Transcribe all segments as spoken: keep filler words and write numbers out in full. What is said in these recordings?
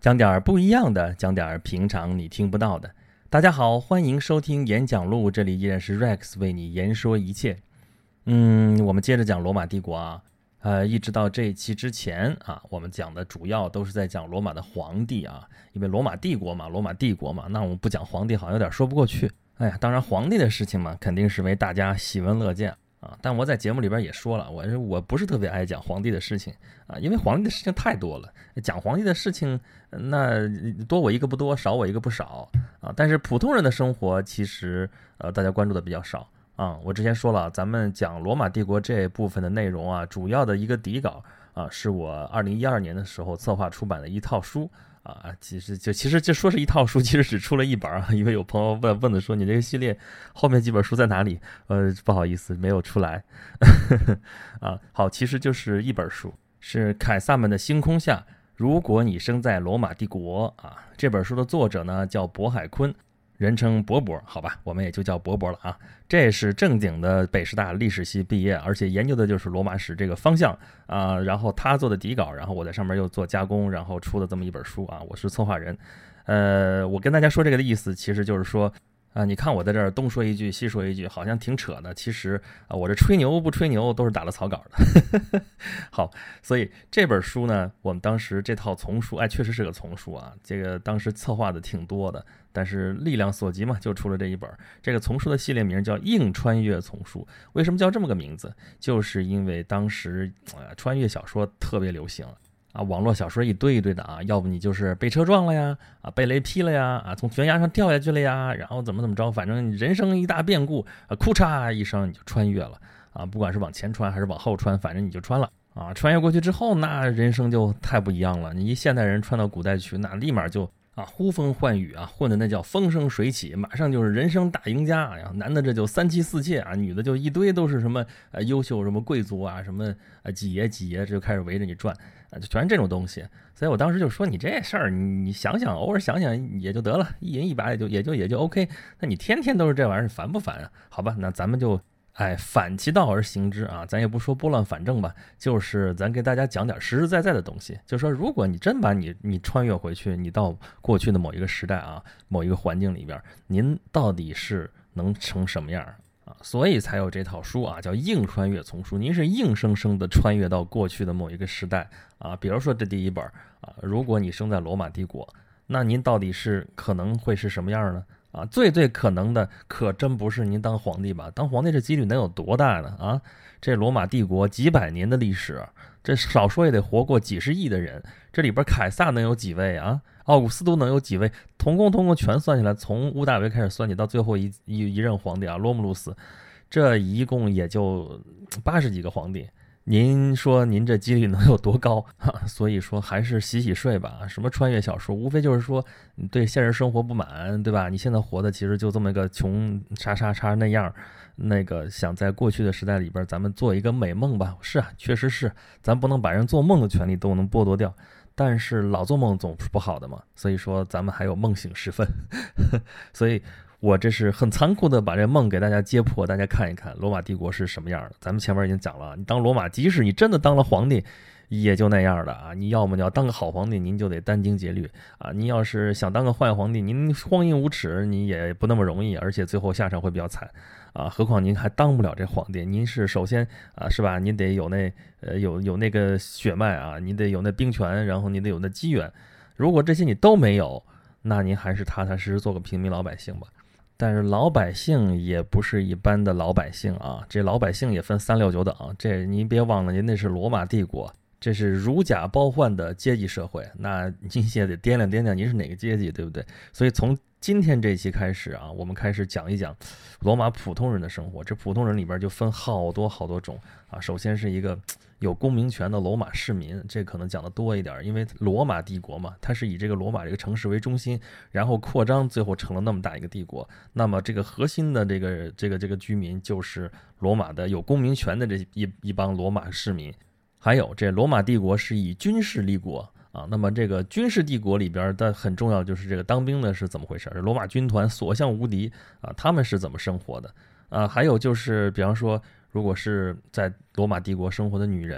讲点不一样的，讲点平常你听不到的。大家好，欢迎收听演讲录，这里依然是 Rex 为你言说一切。嗯，我们接着讲罗马帝国啊，呃，一直到这一期之前啊，我们讲的主要都是在讲罗马的皇帝啊，因为罗马帝国嘛，罗马帝国嘛，那我们不讲皇帝好像有点说不过去。哎呀，当然皇帝的事情嘛，肯定是为大家喜闻乐见啊。但我在节目里边也说了，我我不是特别爱讲皇帝的事情啊，因为皇帝的事情太多了，讲皇帝的事情那多我一个不多，少我一个不少啊。但是普通人的生活其实呃大家关注的比较少啊。我之前说了，咱们讲罗马帝国这部分的内容啊，主要的一个底稿啊，是我二零一二年的时候策划出版的一套书。啊，其实就其实就说是一套书，其实只出了一本啊，因为有朋友问问的说你这个系列后面几本书在哪里？呃，不好意思，没有出来。啊，好，其实就是一本书，是凯撒们的星空下，如果你生在罗马帝国啊。这本书的作者呢叫渤海坤，人称博博，好吧，我们也就叫博博了啊。这是正经的北师大历史系毕业，而且研究的就是罗马史这个方向啊。然后他做的底稿，然后我在上面又做加工，然后出了这么一本书啊。我是策划人，呃，我跟大家说这个的意思，其实就是说啊，你看我在这儿东说一句西说一句，好像挺扯的。其实啊，我这吹牛不吹牛，都是打了草稿的。好，所以这本书呢，我们当时这套丛书，哎，确实是个丛书啊。这个当时策划的挺多的，但是力量所及嘛，就出了这一本。这个丛书的系列名叫《硬穿越丛书》，为什么叫这么个名字？就是因为当时呃穿越小说特别流行。啊，网络小说一堆一堆的啊，要不你就是被车撞了呀，啊，被雷劈了呀，啊，从悬崖上掉下去了呀，然后怎么怎么着，反正人生一大变故，啊，哭嚓一声你就穿越了啊，不管是往前穿还是往后穿，反正你就穿了啊。穿越过去之后，那人生就太不一样了。你一现代人穿到古代去，那立马就啊呼风唤雨啊，混的那叫风生水起，马上就是人生大赢家呀。男的这就三妻四妾啊，女的就一堆都是什么呃优秀什么贵族啊，什么呃几爷几爷，这就开始围着你转。啊，就全是这种东西，所以我当时就说你这事儿，你想想，偶尔想想也就得了，一人一把也就也就也就 OK。那你天天都是这玩意儿，烦不烦啊？好吧，那咱们就哎反其道而行之啊，咱也不说拨乱反正吧，就是咱给大家讲点实实在在的东西。就是说，如果你真把你你穿越回去，你到过去的某一个时代啊，某一个环境里边，您到底是能成什么样？啊，所以才有这套书啊，叫硬穿越丛书。您是硬生生的穿越到过去的某一个时代啊，比如说这第一本啊，如果你生在罗马帝国，那您到底是可能会是什么样呢？啊，最最可能的可真不是您当皇帝吧？当皇帝这几率能有多大呢？啊，这罗马帝国几百年的历史，这少说也得活过几十亿的人，这里边凯撒能有几位啊？奥古斯都能有几位？统共统共全算下来，从屋大维开始算起，到最后一一一任皇帝啊，罗姆路斯，这一共也就八十几个皇帝。您说您这几率能有多高啊？所以说还是洗洗睡吧。什么穿越小说，无非就是说你对现实生活不满，对吧？你现在活的其实就这么一个穷叉叉叉那样，那个想在过去的时代里边，咱们做一个美梦吧。是啊，确实是，咱不能把人做梦的权利都能剥夺掉。但是老做梦总是不好的嘛，所以说咱们还有梦醒时分。所以我这是很残酷的把这梦给大家揭破，大家看一看罗马帝国是什么样的。咱们前面已经讲了，你当罗马，即使你真的当了皇帝，也就那样的啊。你要么你要当个好皇帝，您就得殚精竭虑啊。您要是想当个坏皇帝，您荒淫无耻，你也不那么容易，而且最后下场会比较惨啊。何况您还当不了这皇帝，您是首先啊，是吧？您得有那呃有有那个血脉啊，你得有那兵权，然后你得有那机缘。如果这些你都没有，那您还是踏踏实实做个平民老百姓吧。但是老百姓也不是一般的老百姓啊，这老百姓也分三六九等，这您别忘了，您那是罗马帝国，这是如假包换的阶级社会，那您也得掂量掂量您是哪个阶级，对不对？所以从今天这一期开始啊，我们开始讲一讲罗马普通人的生活。这普通人里边就分好多好多种啊。首先是一个有公民权的罗马市民，这可能讲的多一点，因为罗马帝国嘛，它是以这个罗马这个城市为中心，然后扩张，最后成了那么大一个帝国。那么这个核心的这个这个这个居民就是罗马的有公民权的这一一帮罗马市民。还有这罗马帝国是以军事立国啊，那么这个军事帝国里边的很重要就是这个当兵的是怎么回事？罗马军团所向无敌啊，他们是怎么生活的啊？还有就是比方说，如果是在罗马帝国生活的女人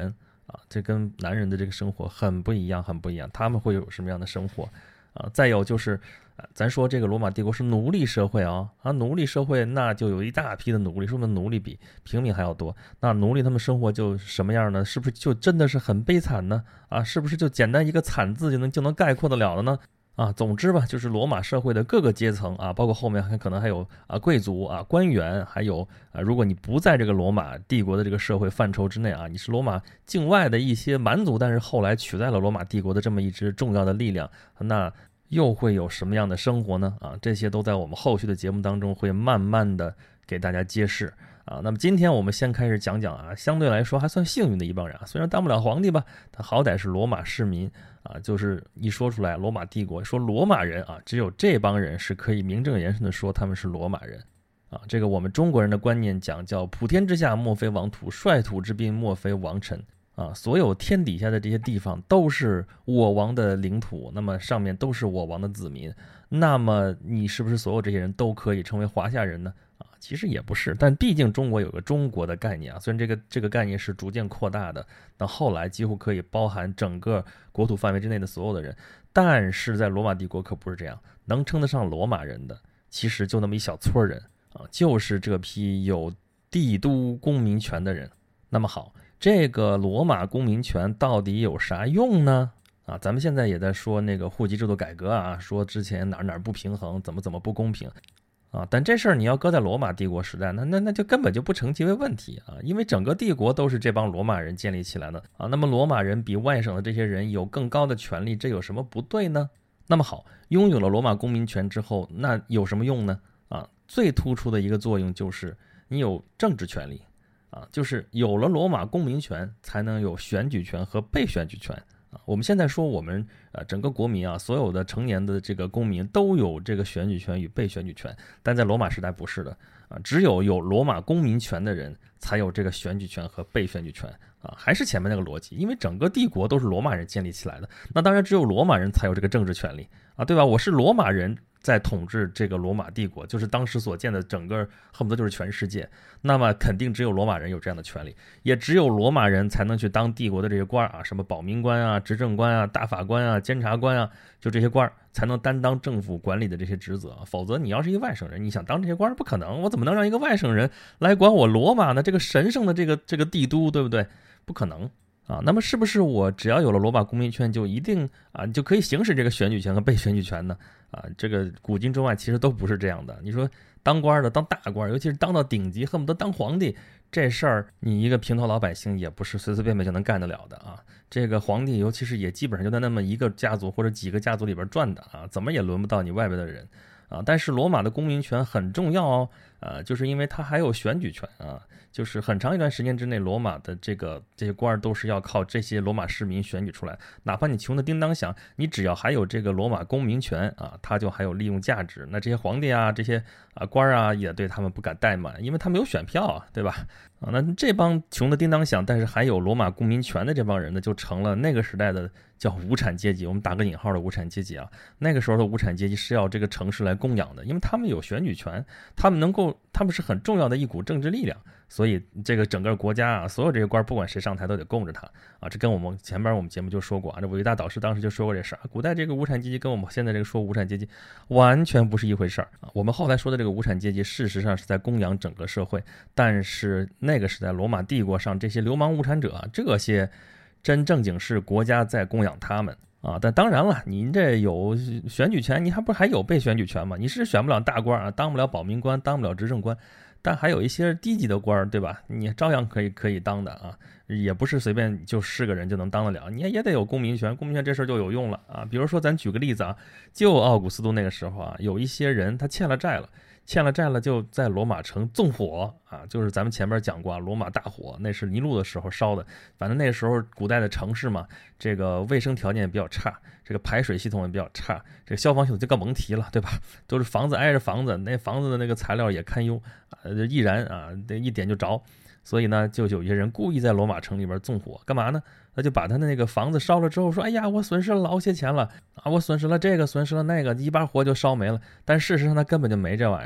啊，这跟男人的这个生活很不一样，很不一样。他们会有什么样的生活啊？再有就是，啊，咱说这个罗马帝国是奴隶社会啊，啊，奴隶社会那就有一大批的奴隶，说明奴隶比平民还要多。那奴隶他们生活就什么样呢？是不是就真的是很悲惨呢？啊，是不是就简单一个惨字就能就能概括得了了呢？啊，总之吧，就是罗马社会的各个阶层啊，包括后面还可能还有啊贵族啊官员，还有啊，如果你不在这个罗马帝国的这个社会范畴之内啊，你是罗马境外的一些蛮族，但是后来取代了罗马帝国的这么一支重要的力量，那又会有什么样的生活呢？啊，这些都在我们后续的节目当中会慢慢的给大家揭示。啊，那么今天我们先开始讲讲啊，相对来说还算幸运的一帮人啊，虽然当不了皇帝吧，他好歹是罗马市民啊，就是一说出来罗马帝国，说罗马人啊，只有这帮人是可以名正言顺的说他们是罗马人啊。这个我们中国人的观念讲叫普天之下莫非王土，率土之滨莫非王臣啊，所有天底下的这些地方都是我王的领土，那么上面都是我王的子民，那么你是不是所有这些人都可以成为华夏人呢？其实也不是，但毕竟中国有个中国的概念啊，虽然这个这个概念是逐渐扩大的，到后来几乎可以包含整个国土范围之内的所有的人，但是在罗马帝国可不是这样，能称得上罗马人的其实就那么一小撮人啊，就是这批有帝都公民权的人。那么好，这个罗马公民权到底有啥用呢？啊，咱们现在也在说那个户籍制度改革啊，说之前哪哪不平衡，怎么怎么不公平啊，但这事儿你要搁在罗马帝国时代，那那那就根本就不成其为问题啊，因为整个帝国都是这帮罗马人建立起来的啊。那么罗马人比外省的这些人有更高的权利，这有什么不对呢？那么好，拥有了罗马公民权之后，那有什么用呢？啊，最突出的一个作用就是你有政治权利啊，就是有了罗马公民权，才能有选举权和被选举权。啊，我们现在说我们呃整个国民啊，所有的成年的这个公民都有这个选举权与被选举权，但在罗马时代不是的啊，只有有罗马公民权的人才有这个选举权和被选举权啊，还是前面那个逻辑，因为整个帝国都是罗马人建立起来的，那当然只有罗马人才有这个政治权利啊，对吧？我是罗马人在统治这个罗马帝国，就是当时所见的整个恨不得就是全世界，那么肯定只有罗马人有这样的权利，也只有罗马人才能去当帝国的这些官啊，什么保民官啊、执政官啊、大法官啊、监察官啊，就这些官才能担当政府管理的这些职责，否则你要是一个外省人，你想当这些官不可能，我怎么能让一个外省人来管我罗马呢？这个神圣的这个这个帝都，对不对？不可能。啊，那么是不是我只要有了罗马公民权，就一定啊就可以行使这个选举权和被选举权呢？啊，这个古今中外其实都不是这样的。你说当官的当大官，尤其是当到顶级，恨不得当皇帝，这事儿你一个平头老百姓也不是随随便便就能干得了的啊。这个皇帝，尤其是也基本上就在那么一个家族或者几个家族里边转的啊，怎么也轮不到你外边的人啊。但是罗马的公民权很重要哦，啊，就是因为它还有选举权啊。就是很长一段时间之内，罗马的这个这些官都是要靠这些罗马市民选举出来，哪怕你穷的叮当响，你只要还有这个罗马公民权啊，它就还有利用价值。那这些皇帝啊，这些啊官啊，也对他们不敢怠慢，因为他们有选票啊，对吧？啊，那这帮穷的叮当响，但是还有罗马公民权的这帮人呢，就成了那个时代的叫无产阶级，我们打个引号的无产阶级啊。那个时候的无产阶级是要这个城市来供养的，因为他们有选举权，他们能够，他们是很重要的一股政治力量。所以这个整个国家啊，所有这些官不管谁上台都得供着他啊，这跟我们前边我们节目就说过啊，这伟大导师当时就说过这事儿，古代这个无产阶级跟我们现在这个说无产阶级完全不是一回事儿啊。我们后来说的这个无产阶级，事实上是在供养整个社会，但是那个时代罗马帝国上这些流氓无产者，这些真正经是国家在供养他们啊。但当然了，您这有选举权，你还不还有被选举权吗？你是选不了大官啊，当不了保民官，当不了执政官。但还有一些低级的官，对吧？你照样可以可以当的啊，也不是随便就是个人就能当得了，你也得有公民权，公民权这事儿就有用了啊。比如说，咱举个例子啊，就奥古斯都那个时候啊，有一些人他欠了债了。欠了债了，就在罗马城纵火啊！就是咱们前面讲过啊，罗马大火，那是尼禄的时候烧的。反正那个时候古代的城市嘛，这个卫生条件也比较差，这个排水系统也比较差，这个消防系统就更甭提了，对吧？都是房子挨着房子，那房子的那个材料也堪忧啊，易燃啊，这一点就着。所以呢，就有一些人故意在罗马城里边纵火，干嘛呢？他就把他的那个房子烧了之后说，哎呀，我损失了老些钱了啊，我损失了这个，损失了那个，一把火就烧没了。但事实上他根本就没这玩意儿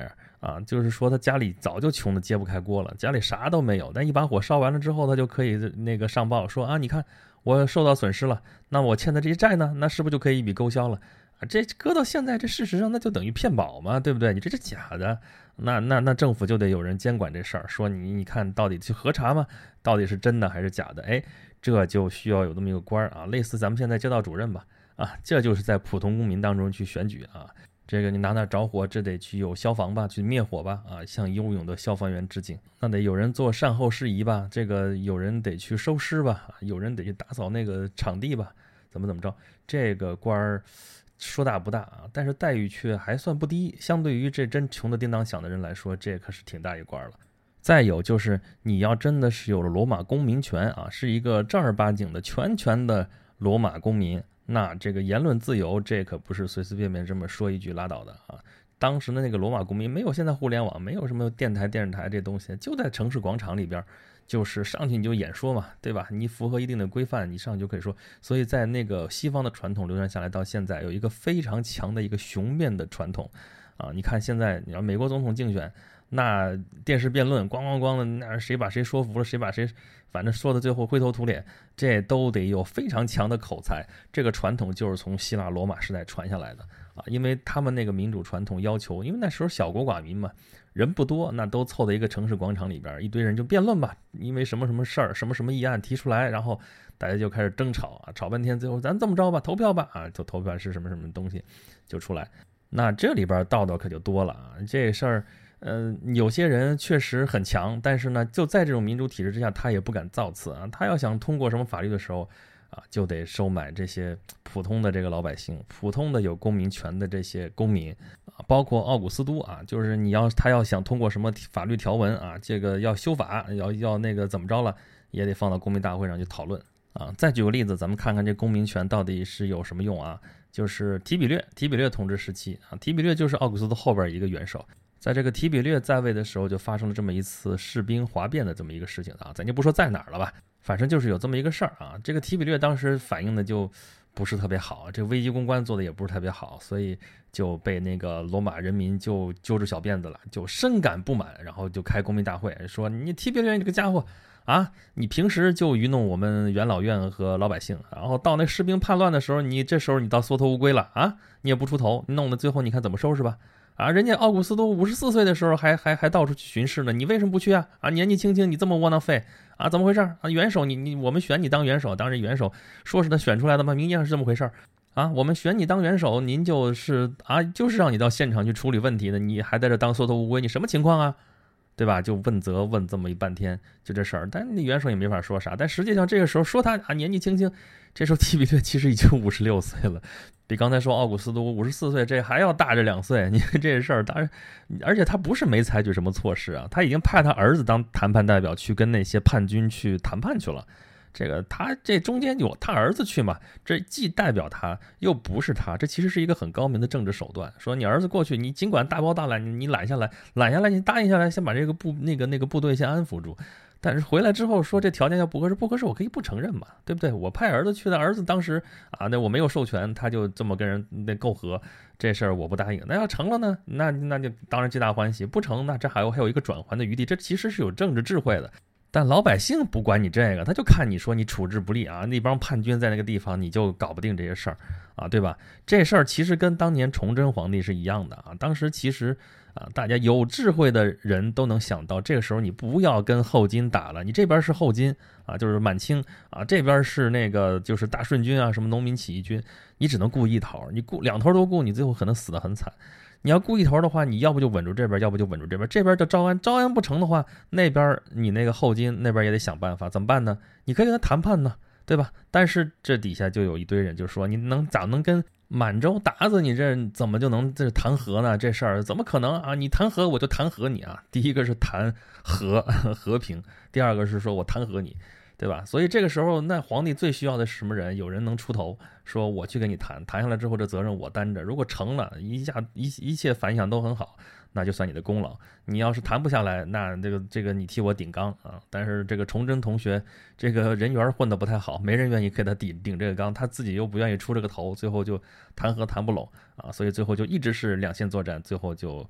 啊，就是说他家里早就穷得揭不开锅了，家里啥都没有，但一把火烧完了之后，他就可以那个上报说啊，你看我受到损失了，那我欠的这些债呢，那是不是就可以一笔勾销了？啊，这搁到现在，这事实上那就等于骗保嘛，对不对？你这是假的，那那那政府就得有人监管这事儿，说你你看到底去核查嘛，到底是真的还是假的？哎，这就需要有这么一个官儿啊，类似咱们现在街道主任吧，啊，这就是在普通公民当中去选举啊。这个你哪哪着火，这得去有消防吧，去灭火吧，啊，向英勇的消防员致敬。那得有人做善后事宜吧，这个有人得去收尸吧，有人得去打扫那个场地吧，怎么怎么着？这个官儿说大不大啊，但是待遇却还算不低，相对于这真穷的叮当响的人来说，这可是挺大一官了。再有就是你要真的是有了罗马公民权啊，是一个正儿八经的全权的罗马公民。那这个言论自由，这可不是随随便便这么说一句拉倒的啊！当时的那个罗马公民没有现在互联网，没有什么电台、电视台这东西，就在城市广场里边，就是上去你就演说嘛，对吧？你符合一定的规范，你上去就可以说。所以在那个西方的传统流传下来，到现在有一个非常强的一个雄辩的传统啊！你看现在，你要美国总统竞选，那电视辩论，咣咣咣的，那谁把谁说服了，谁把谁。反正说到最后灰头土脸，这都得有非常强的口才。这个传统就是从希腊罗马时代传下来的啊，因为他们那个民主传统要求，因为那时候小国寡民嘛，人不多，那都凑在一个城市广场里边，一堆人就辩论吧，因为什么什么事儿，什么什么议案提出来，然后大家就开始争吵啊，吵半天，最后咱这么着吧，投票吧啊，就投票是什么什么东西就出来。那这里边道道可就多了啊，这事儿。嗯、呃，有些人确实很强，但是呢，就在这种民主体制之下，他也不敢造次啊。他要想通过什么法律的时候，啊，就得收买这些普通的这个老百姓，普通的有公民权的这些公民啊，包括奥古斯都啊，就是你要他要想通过什么法律条文啊，这个要修法，要要那个怎么着了，也得放到公民大会上去讨论啊。再举个例子，咱们看看这公民权到底是有什么用啊？就是提比略，提比略统治时期啊，提比略就是奥古斯都后边一个元首。在这个提比略在位的时候，就发生了这么一次士兵哗变的这么一个事情啊，咱就不说在哪儿了吧，反正就是有这么一个事儿啊。这个提比略当时反应的就不是特别好，这危机公关做的也不是特别好，所以就被那个罗马人民就揪着小辫子了，就深感不满，然后就开公民大会说：“你提比略你这个家伙啊，你平时就愚弄我们元老院和老百姓，然后到那士兵叛乱的时候，你这时候你倒缩头乌龟了啊，你也不出头，弄得最后你看怎么收拾吧。”啊，人家奥古斯都五十四岁的时候还还还到处去巡视呢，你为什么不去啊？啊，年纪轻轻你这么窝囊废啊，怎么回事啊？元首你你我们选你当元首，当然元首说是他选出来的嘛，名义上是这么回事啊。我们选你当元首，您就是啊，就是让你到现场去处理问题的，你还在这当缩头乌龟，你什么情况啊？对吧？就问责问这么一半天，就这事儿，但那元首也没法说啥。但实际上这个时候说他啊年纪轻轻，这时候提比略其实已经五十六岁了，比刚才说奥古斯都五十四岁这还要大这两岁。你这事儿，当然，而且他不是没采取什么措施啊，他已经派他儿子当谈判代表去跟那些叛军去谈判去了。这个他这中间有他儿子去嘛，这既代表他又不是他，这其实是一个很高明的政治手段。说你儿子过去，你尽管大包大揽，你你揽下来，揽下来，你答应下来，先把这个部那个那个部队先安抚住。但是回来之后说这条件要不合适，不合适我可以不承认嘛，对不对？我派儿子去的，儿子当时啊，那我没有授权，他就这么跟人那媾和，这事儿我不答应。那要成了呢，那那就当然皆大欢喜；不成，那这还有还有一个转圜的余地，这其实是有政治智慧的。但老百姓不管你这个，他就看你说你处置不力啊，那帮叛军在那个地方你就搞不定这些事儿啊，对吧？这事儿其实跟当年崇祯皇帝是一样的啊。当时其实啊，大家有智慧的人都能想到，这个时候你不要跟后金打了，你这边是后金啊，就是满清啊，这边是那个就是大顺军啊，什么农民起义军，你只能顾一头，你顾两头都顾，你最后可能死得很惨。你要顾一头的话，你要不就稳住这边，要不就稳住这边。这边就招安，招安不成的话，那边你那个后金那边也得想办法，怎么办呢？你可以跟他谈判呢，对吧？但是这底下就有一堆人就说，你能咋能跟满洲鞑子你这怎么就能这谈和呢？这事儿怎么可能啊？你谈和我就弹劾你啊！第一个是谈和和平，第二个是说我弹劾你。对吧？所以这个时候，那皇帝最需要的是什么人？有人能出头，说我去跟你谈，谈下来之后，这责任我担着。如果成了，一下一一切反响都很好，那就算你的功劳。你要是谈不下来，那这个这个你替我顶缸啊！但是这个崇祯同学，这个人缘混得不太好，没人愿意给他顶顶这个缸，他自己又不愿意出这个头，最后就谈和谈不拢啊！所以最后就一直是两线作战，最后就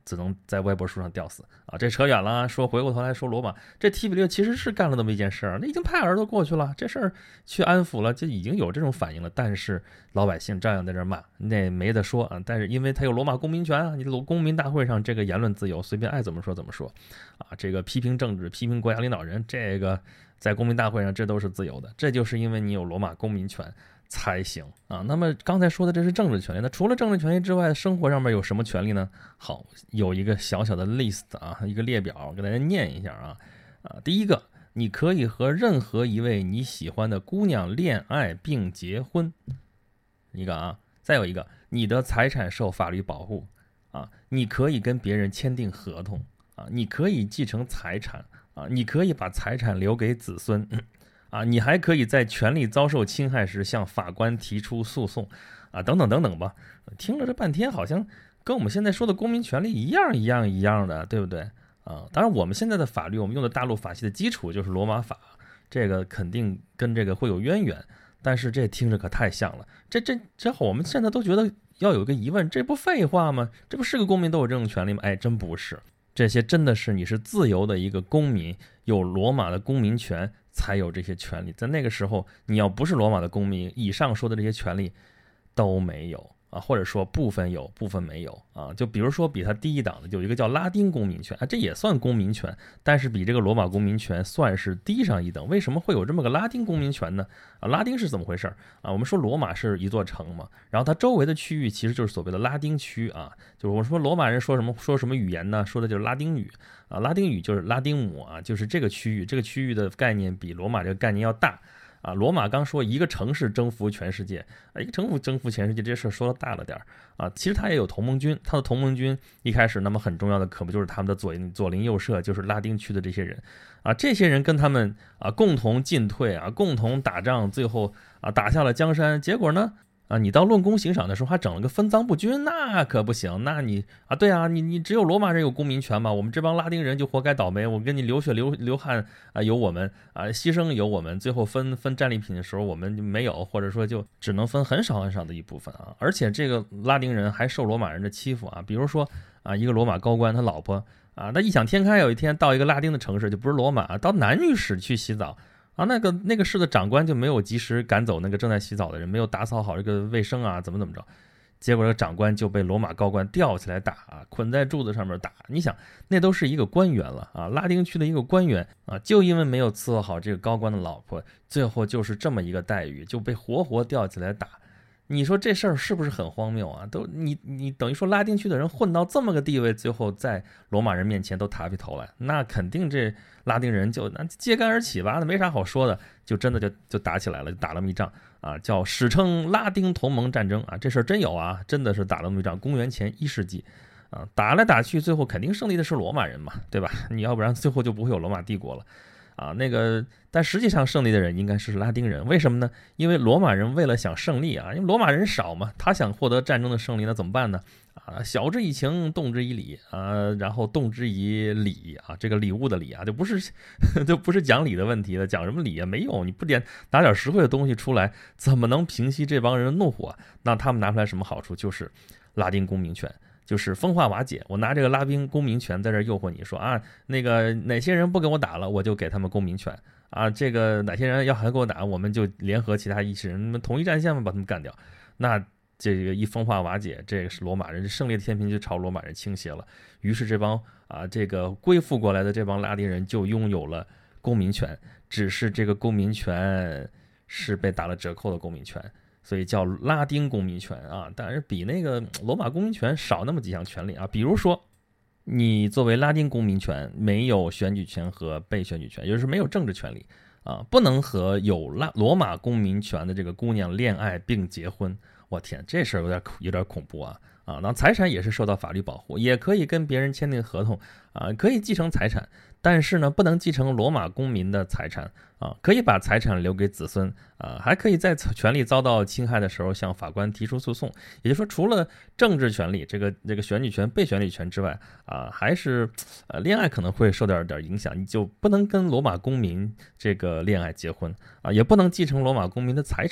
只能在歪脖树上吊死啊！这扯远了，说回过头来说罗马，这提比略其实是干了那么一件事儿，那已经派儿子过去了，这事儿去安抚了，就已经有这种反应了。但是老百姓照样在这骂，那没得说啊。但是因为他有罗马公民权啊，你的公民大会上这个言论自由，随便爱怎么说怎么说啊。这个批评政治、批评国家领导人，这个在公民大会上这都是自由的，这就是因为你有罗马公民权才行啊。那么刚才说的这是政治权利，那除了政治权利之外，生活上面有什么权利呢？好，有一个小小的 list 啊，一个列表，给大家念一下啊啊。第一个，你可以和任何一位你喜欢的姑娘恋爱并结婚，一个啊。再有一个，你的财产受法律保护啊，你可以跟别人签订合同啊，你可以继承财产啊，你可以把财产留给子孙。啊，你还可以在权利遭受侵害时向法官提出诉讼，啊，等等等等吧。听了这半天，好像跟我们现在说的公民权利一样一样一样的，对不对？啊，当然我们现在的法律，我们用的大陆法系的基础就是罗马法，这个肯定跟这个会有渊源，但是这听着可太像了。这这这，我们现在都觉得要有一个疑问，这不废话吗？这不是个公民都有这种权利吗？哎，真不是。这些真的是你是自由的一个公民，有罗马的公民权才有这些权利。在那个时候，你要不是罗马的公民，以上说的这些权利都没有啊，或者说部分有，部分没有啊。就比如说比它低一档的，有一个叫拉丁公民权啊，这也算公民权，但是比这个罗马公民权算是低上一等。为什么会有这么个拉丁公民权呢？啊，拉丁是怎么回事啊？我们说罗马是一座城嘛，然后它周围的区域其实就是所谓的拉丁区啊，就是我说罗马人说什么说什么语言呢？说的就是拉丁语啊，拉丁语就是拉丁姆啊，就是这个区域，这个区域的概念比罗马这个概念要大。啊，罗马刚说一个城市征服全世界，啊，一个城府征服全世界这事儿说的大了点儿啊。其实他也有同盟军，他的同盟军一开始那么很重要的可不就是他们的左左邻右舍，就是拉丁区的这些人啊，这些人跟他们啊共同进退啊，共同打仗，最后啊打下了江山。结果呢？啊，你到论功行赏的时候还整了个分赃不均，那可不行。那你啊，对啊，你你只有罗马人有公民权嘛，我们这帮拉丁人就活该倒霉。我跟你流血流流汗啊，有我们啊，牺牲有我们，最后分分战利品的时候我们没有，或者说就只能分很少很少的一部分啊。而且这个拉丁人还受罗马人的欺负啊，比如说啊，一个罗马高官他老婆啊，他异想天开，有一天到一个拉丁的城市，就不是罗马，到男浴室去洗澡。啊，那个那个市的长官就没有及时赶走那个正在洗澡的人，没有打扫好这个卫生啊，怎么怎么着，结果这个长官就被罗马高官吊起来打啊，捆在柱子上面打。你想，那都是一个官员了啊，拉丁区的一个官员啊，就因为没有伺候好这个高官的老婆，最后就是这么一个待遇，就被活活吊起来打。你说这事儿是不是很荒谬啊？都你你等于说拉丁区的人混到这么个地位，最后在罗马人面前都抬不起头来，那肯定这拉丁人就那揭竿而起吧，那没啥好说的，就真的就就打起来了，就打了么一仗啊，叫史称拉丁同盟战争啊，这事儿真有啊，真的是打了么一仗，公元前一世纪啊，打来打去，最后肯定胜利的是罗马人嘛，对吧？你要不然最后就不会有罗马帝国了。啊，那个，但实际上胜利的人应该是拉丁人，为什么呢？因为罗马人为了想胜利啊，因为罗马人少嘛，他想获得战争的胜利，那怎么办呢？啊，晓之以情，动之以理啊，然后动之以礼啊，这个礼物的礼啊，就不是就不是讲理的问题了，讲什么理啊？没用，你不点拿点实惠的东西出来，怎么能平息这帮人的怒火？那他们拿出来什么好处？就是拉丁公民权。就是分化瓦解，我拿这个拉丁公民权在这诱惑你说啊，那个哪些人不给我打了，我就给他们公民权啊，这个哪些人要还给我打，我们就联合其他一些人统一战线嘛，把他们干掉。那这个一分化瓦解，这个是罗马人胜利的天平就朝罗马人倾斜了。于是这帮啊这个归附过来的这帮拉丁人就拥有了公民权，只是这个公民权是被打了折扣的公民权。所以叫拉丁公民权啊，但是比那个罗马公民权少那么几项权利啊，比如说，你作为拉丁公民权没有选举权和被选举权，也就是没有政治权利啊，不能和有拉罗马公民权的这个姑娘恋爱并结婚。我天，这事儿有点有点恐怖啊啊！那财产也是受到法律保护，也可以跟别人签订合同啊，可以继承财产，但是呢，不能继承罗马公民的财产啊，可以把财产留给子孙啊，还可以在权利遭到侵害的时候向法官提出诉讼。也就是说，除了政治权利，这个这个选举权、被选举权之外啊，还是呃恋爱可能会受点点影响，你就不能跟罗马公民这个恋爱结婚啊，也不能继承罗马公民的财产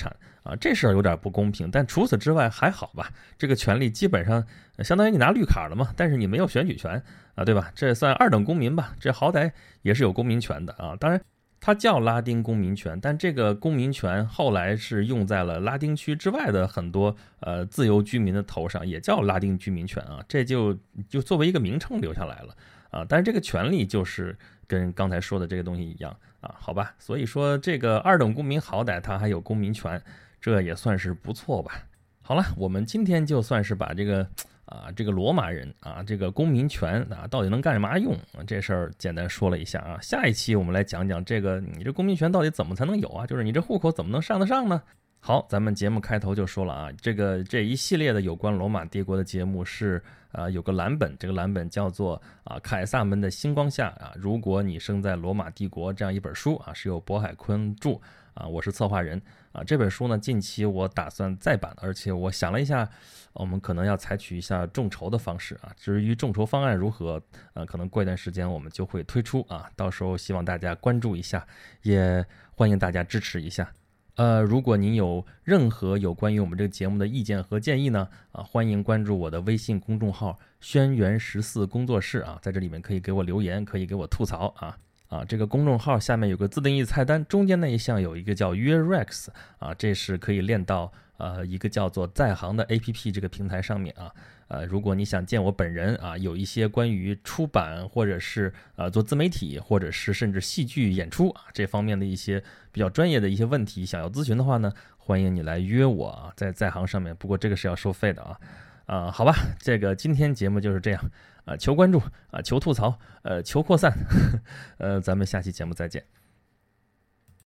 啊，这事儿有点不公平。但除此之外还好吧，这个权利基本上相当于你拿绿卡了嘛，但是你没有选举权啊，对吧？这算二等公民吧，这好歹也是有公民权的啊。当然它叫拉丁公民权，但这个公民权后来是用在了拉丁区之外的很多呃自由居民的头上，也叫拉丁居民权啊，这就就作为一个名称留下来了啊。但是这个权利就是跟刚才说的这个东西一样啊，好吧？所以说这个二等公民好歹他还有公民权，这也算是不错吧。好了，我们今天就算是把这个啊，这个罗马人啊，这个公民权啊，到底能干嘛用啊？这事儿简单说了一下啊。下一期我们来讲讲这个，你这公民权到底怎么才能有啊？就是你这户口怎么能上得上呢？好，咱们节目开头就说了啊，这个这一系列的有关罗马帝国的节目是呃有个蓝本，这个蓝本叫做啊《凯撒们的星光下啊，如果你生在罗马帝国》这样一本书啊，是由渤海坤著啊，我是策划人啊。这本书呢，近期我打算再版，而且我想了一下，我们可能要采取一下众筹的方式啊。至于众筹方案如何，呃，可能过一段时间我们就会推出啊，到时候希望大家关注一下，也欢迎大家支持一下。呃，如果您有任何有关于我们这个节目的意见和建议呢，啊，欢迎关注我的微信公众号“轩辕十四工作室”啊，在这里面可以给我留言，可以给我吐槽啊啊，这个公众号下面有个自定义菜单，中间那一项有一个叫约 Rex 啊，这是可以练到呃一个叫做在行的 A P P 这个平台上面啊。呃，如果你想见我本人啊，有一些关于出版或者是呃做自媒体或者是甚至戏剧演出啊这方面的一些比较专业的一些问题想要咨询的话呢，欢迎你来约我啊，在在行上面。不过这个是要收费的啊。啊、呃，好吧，这个今天节目就是这样啊、呃，求关注啊、呃，求吐槽，呃，求扩散，呃，咱们下期节目再见。